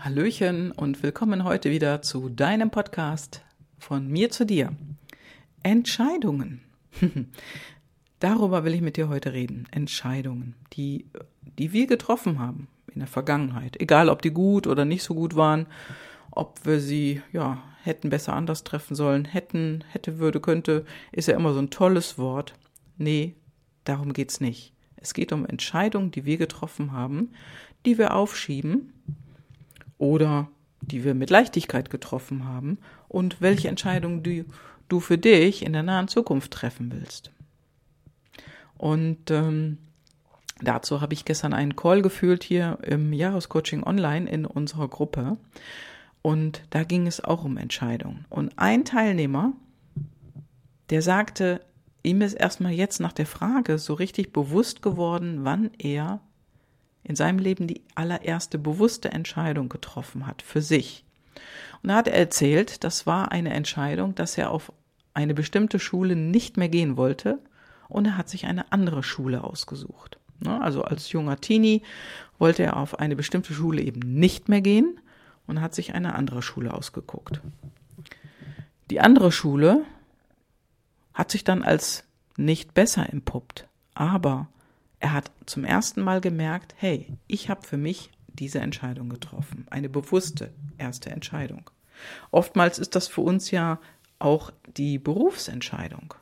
Hallöchen und willkommen heute wieder zu deinem Podcast von mir zu dir. Entscheidungen. Darüber will ich mit dir heute reden. Entscheidungen, die wir getroffen haben in der Vergangenheit. Egal, ob die gut oder nicht so gut waren, ob wir sie, hätten besser anders treffen sollen. Hätte, würde, könnte, ist ja immer so ein tolles Wort. Nee, darum geht's nicht. Es geht um Entscheidungen, die wir getroffen haben, die wir aufschieben oder die wir mit Leichtigkeit getroffen haben und welche Entscheidungen du für dich in der nahen Zukunft treffen willst. Und dazu habe ich gestern einen Call geführt hier im Jahrescoaching online in unserer Gruppe und da ging es auch um Entscheidungen. Und ein Teilnehmer, der sagte, ihm ist erstmal jetzt nach der Frage so richtig bewusst geworden, wann er in seinem Leben die allererste bewusste Entscheidung getroffen hat für sich. Und da hat er erzählt, das war eine Entscheidung, dass er auf eine bestimmte Schule nicht mehr gehen wollte und er hat sich eine andere Schule ausgesucht. Also als junger Teenie wollte er auf eine bestimmte Schule eben nicht mehr gehen und hat sich eine andere Schule ausgeguckt. Die andere Schule hat sich dann als nicht besser entpuppt, aber er hat zum ersten Mal gemerkt, hey, ich habe für mich diese Entscheidung getroffen. Eine bewusste erste Entscheidung. Oftmals ist das für uns ja auch die Berufsentscheidung.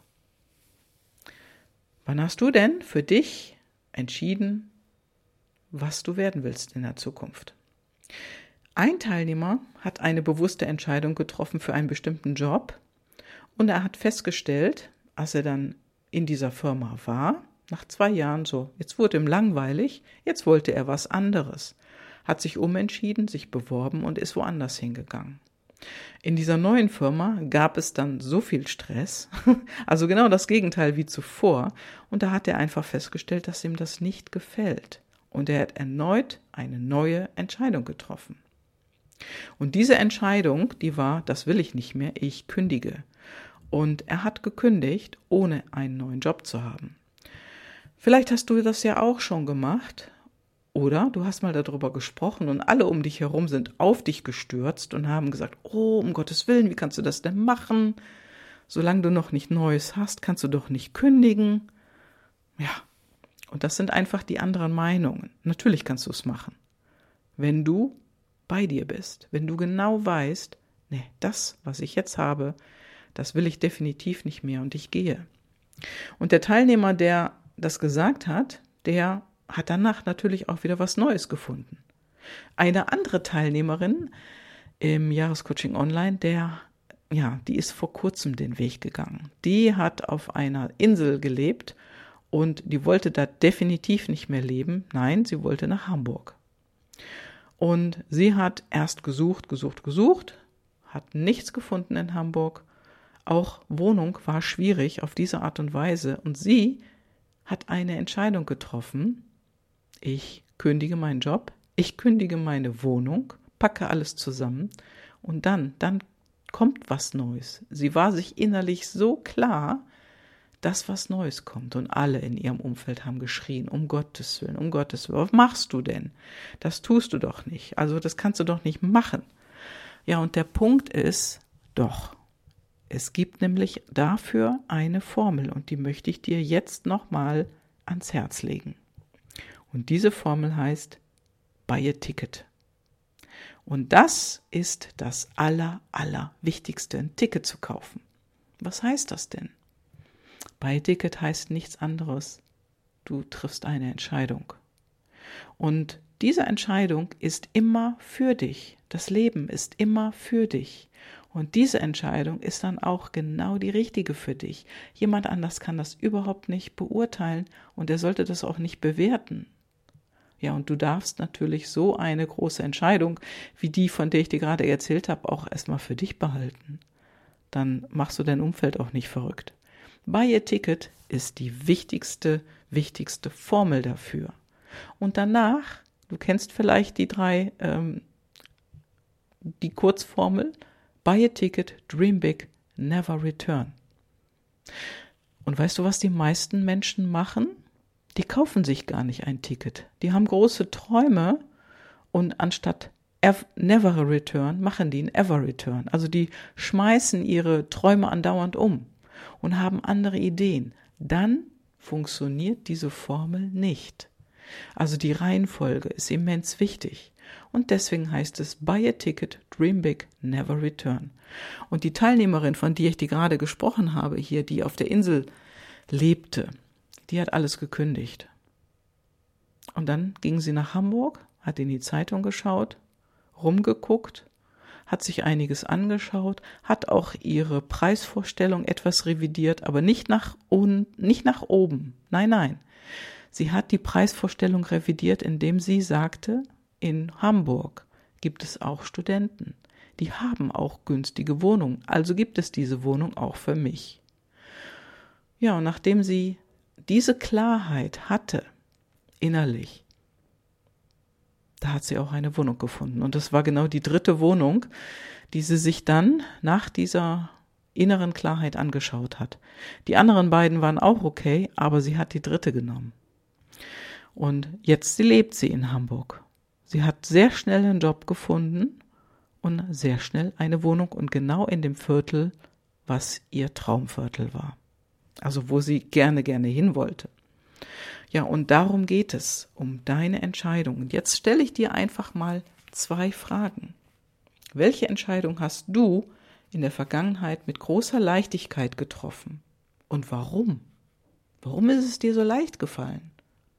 Wann hast du denn für dich entschieden, was du werden willst in der Zukunft? Ein Teilnehmer hat eine bewusste Entscheidung getroffen für einen bestimmten Job und er hat festgestellt, als er dann in dieser Firma war, nach 2 Jahren so, jetzt wurde ihm langweilig, jetzt wollte er was anderes, hat sich umentschieden, sich beworben und ist woanders hingegangen. In dieser neuen Firma gab es dann so viel Stress, also genau das Gegenteil wie zuvor, und da hat er einfach festgestellt, dass ihm das nicht gefällt. Und er hat erneut eine neue Entscheidung getroffen. Und diese Entscheidung, die war, das will ich nicht mehr, ich kündige. Und er hat gekündigt, ohne einen neuen Job zu haben. Vielleicht hast du das ja auch schon gemacht oder du hast mal darüber gesprochen und alle um dich herum sind auf dich gestürzt und haben gesagt, oh, um Gottes Willen, wie kannst du das denn machen? Solange du noch nicht Neues hast, kannst du doch nicht kündigen. Ja, und das sind einfach die anderen Meinungen. Natürlich kannst du es machen, wenn du bei dir bist, wenn du genau weißt, nee, das, was ich jetzt habe, das will ich definitiv nicht mehr und ich gehe. Und der Teilnehmer, der das gesagt hat, der hat danach natürlich auch wieder was Neues gefunden. Eine andere Teilnehmerin im Jahrescoaching Online, die ist vor kurzem den Weg gegangen. Die hat auf einer Insel gelebt und die wollte da definitiv nicht mehr leben. Nein, sie wollte nach Hamburg. Und sie hat erst gesucht, hat nichts gefunden in Hamburg. Auch Wohnung war schwierig auf diese Art und Weise und sie hat eine Entscheidung getroffen. Ich kündige meinen Job, ich kündige meine Wohnung, packe alles zusammen und dann kommt was Neues. Sie war sich innerlich so klar, dass was Neues kommt und alle in ihrem Umfeld haben geschrien, um Gottes Willen, was machst du denn? Das tust du doch nicht, also das kannst du doch nicht machen. Ja, und der Punkt ist, doch, es gibt nämlich dafür eine Formel und die möchte ich dir jetzt nochmal ans Herz legen. Und diese Formel heißt Buy a Ticket. Und das ist das Allerwichtigste, ein Ticket zu kaufen. Was heißt das denn? Buy a Ticket heißt nichts anderes. Du triffst eine Entscheidung. Und diese Entscheidung ist immer für dich. Das Leben ist immer für dich. Und diese Entscheidung ist dann auch genau die richtige für dich. Jemand anders kann das überhaupt nicht beurteilen und er sollte das auch nicht bewerten. Ja, und du darfst natürlich so eine große Entscheidung, wie die, von der ich dir gerade erzählt habe, auch erstmal für dich behalten. Dann machst du dein Umfeld auch nicht verrückt. Buy a Ticket ist die wichtigste Formel dafür. Und danach, du kennst vielleicht die Kurzformel, Buy a Ticket, Dream Big, Never Return. Und weißt du, was die meisten Menschen machen? Die kaufen sich gar nicht ein Ticket. Die haben große Träume und anstatt never a return, machen die ein ever return. Also die schmeißen ihre Träume andauernd um und haben andere Ideen. Dann funktioniert diese Formel nicht. Also die Reihenfolge ist immens wichtig. Und deswegen heißt es Buy a Ticket, Dream Big, Never Return. Und die Teilnehmerin, von der ich dir gerade gesprochen habe, hier, die auf der Insel lebte, die hat alles gekündigt. Und dann ging sie nach Hamburg, hat in die Zeitung geschaut, rumgeguckt, hat sich einiges angeschaut, hat auch ihre Preisvorstellung etwas revidiert, aber nicht nach oben. Nein. Sie hat die Preisvorstellung revidiert, indem sie sagte, in Hamburg gibt es auch Studenten. Die haben auch günstige Wohnungen, also gibt es diese Wohnung auch für mich. Ja, und nachdem sie diese Klarheit hatte, innerlich, da hat sie auch eine Wohnung gefunden. Und das war genau die 3. Wohnung, die sie sich dann nach dieser inneren Klarheit angeschaut hat. Die anderen beiden waren auch okay, aber sie hat die 3. genommen. Und jetzt lebt sie in Hamburg. Sie hat sehr schnell einen Job gefunden und sehr schnell eine Wohnung und genau in dem Viertel, was ihr Traumviertel war. Also wo sie gerne hin wollte. Ja, und darum geht es, um deine Entscheidung. Und jetzt stelle ich dir einfach mal 2 Fragen. Welche Entscheidung hast du in der Vergangenheit mit großer Leichtigkeit getroffen? Und warum? Warum ist es dir so leicht gefallen?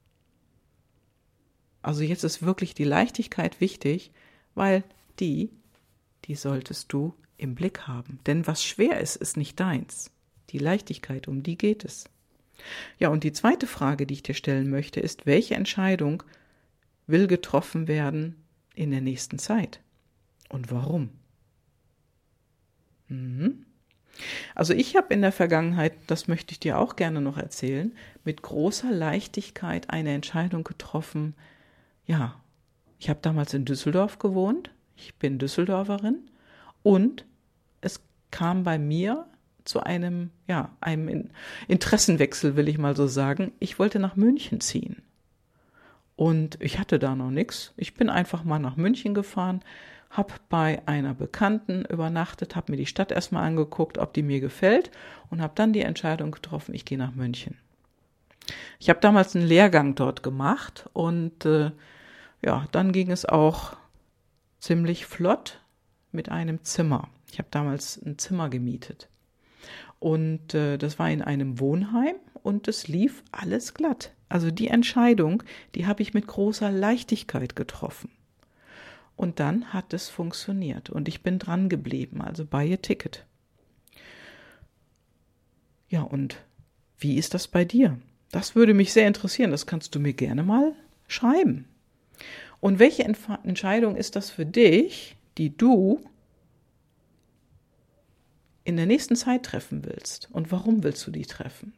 Also jetzt ist wirklich die Leichtigkeit wichtig, weil die solltest du im Blick haben. Denn was schwer ist, ist nicht deins. Die Leichtigkeit, um die geht es. Ja, und die zweite Frage, die ich dir stellen möchte, ist, welche Entscheidung will getroffen werden in der nächsten Zeit? Und warum? Also ich habe in der Vergangenheit, das möchte ich dir auch gerne noch erzählen, mit großer Leichtigkeit eine Entscheidung getroffen. Ja, ich habe damals in Düsseldorf gewohnt, ich bin Düsseldorferin und es kam bei mir zu einem Interessenwechsel, will ich mal so sagen. Ich wollte nach München ziehen und ich hatte da noch nichts. Ich bin einfach mal nach München gefahren, habe bei einer Bekannten übernachtet, habe mir die Stadt erstmal angeguckt, ob die mir gefällt und habe dann die Entscheidung getroffen, ich gehe nach München. Ich habe damals einen Lehrgang dort gemacht und dann ging es auch ziemlich flott mit einem Zimmer. Ich habe damals ein Zimmer gemietet. Und das war in einem Wohnheim und es lief alles glatt. Also die Entscheidung, die habe ich mit großer Leichtigkeit getroffen. Und dann hat es funktioniert und ich bin dran geblieben, also buy a ticket. Ja, und wie ist das bei dir? Das würde mich sehr interessieren, das kannst du mir gerne mal schreiben. Und welche Entscheidung ist das für dich, die du in der nächsten Zeit treffen willst? Und warum willst du die treffen?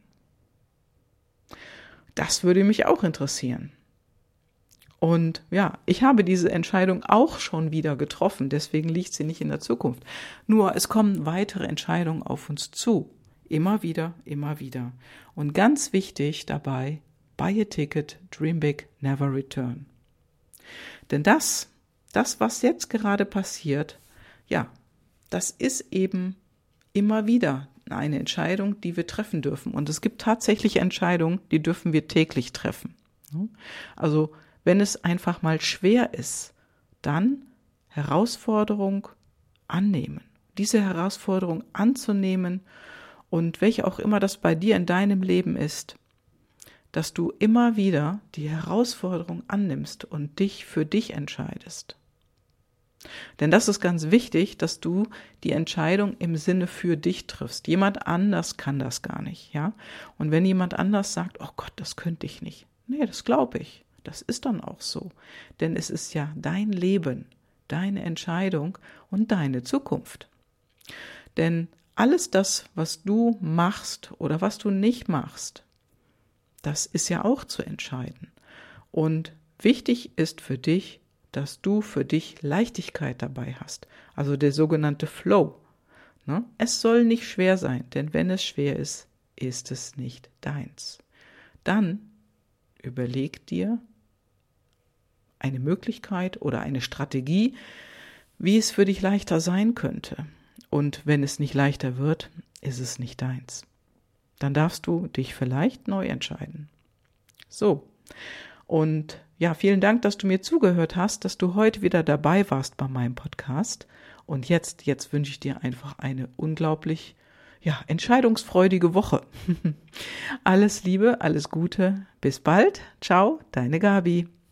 Das würde mich auch interessieren. Und ja, ich habe diese Entscheidung auch schon wieder getroffen, deswegen liegt sie nicht in der Zukunft. Nur es kommen weitere Entscheidungen auf uns zu. Immer wieder. Und ganz wichtig dabei, buy a ticket, dream big, never return. Denn das, was jetzt gerade passiert, ja, das ist eben immer wieder eine Entscheidung, die wir treffen dürfen. Und es gibt tatsächlich Entscheidungen, die dürfen wir täglich treffen. Also wenn es einfach mal schwer ist, dann Herausforderung annehmen. Diese Herausforderung anzunehmen und welche auch immer das bei dir in deinem Leben ist, dass du immer wieder die Herausforderung annimmst und dich für dich entscheidest. Denn das ist ganz wichtig, dass du die Entscheidung im Sinne für dich triffst. Jemand anders kann das gar nicht, ja? Und wenn jemand anders sagt, oh Gott, das könnte ich nicht. Nee, das glaube ich. Das ist dann auch so. Denn es ist ja dein Leben, deine Entscheidung und deine Zukunft. Denn alles das, was du machst oder was du nicht machst, das ist ja auch zu entscheiden. Und wichtig ist für dich, dass du für dich Leichtigkeit dabei hast. Also der sogenannte Flow. Es soll nicht schwer sein, denn wenn es schwer ist, ist es nicht deins. Dann überleg dir eine Möglichkeit oder eine Strategie, wie es für dich leichter sein könnte. Und wenn es nicht leichter wird, ist es nicht deins. Dann darfst du dich vielleicht neu entscheiden. So, und ja, vielen Dank, dass du mir zugehört hast, dass du heute wieder dabei warst bei meinem Podcast. Und jetzt wünsche ich dir einfach eine unglaublich, entscheidungsfreudige Woche. Alles Liebe, alles Gute, bis bald. Ciao, deine Gabi.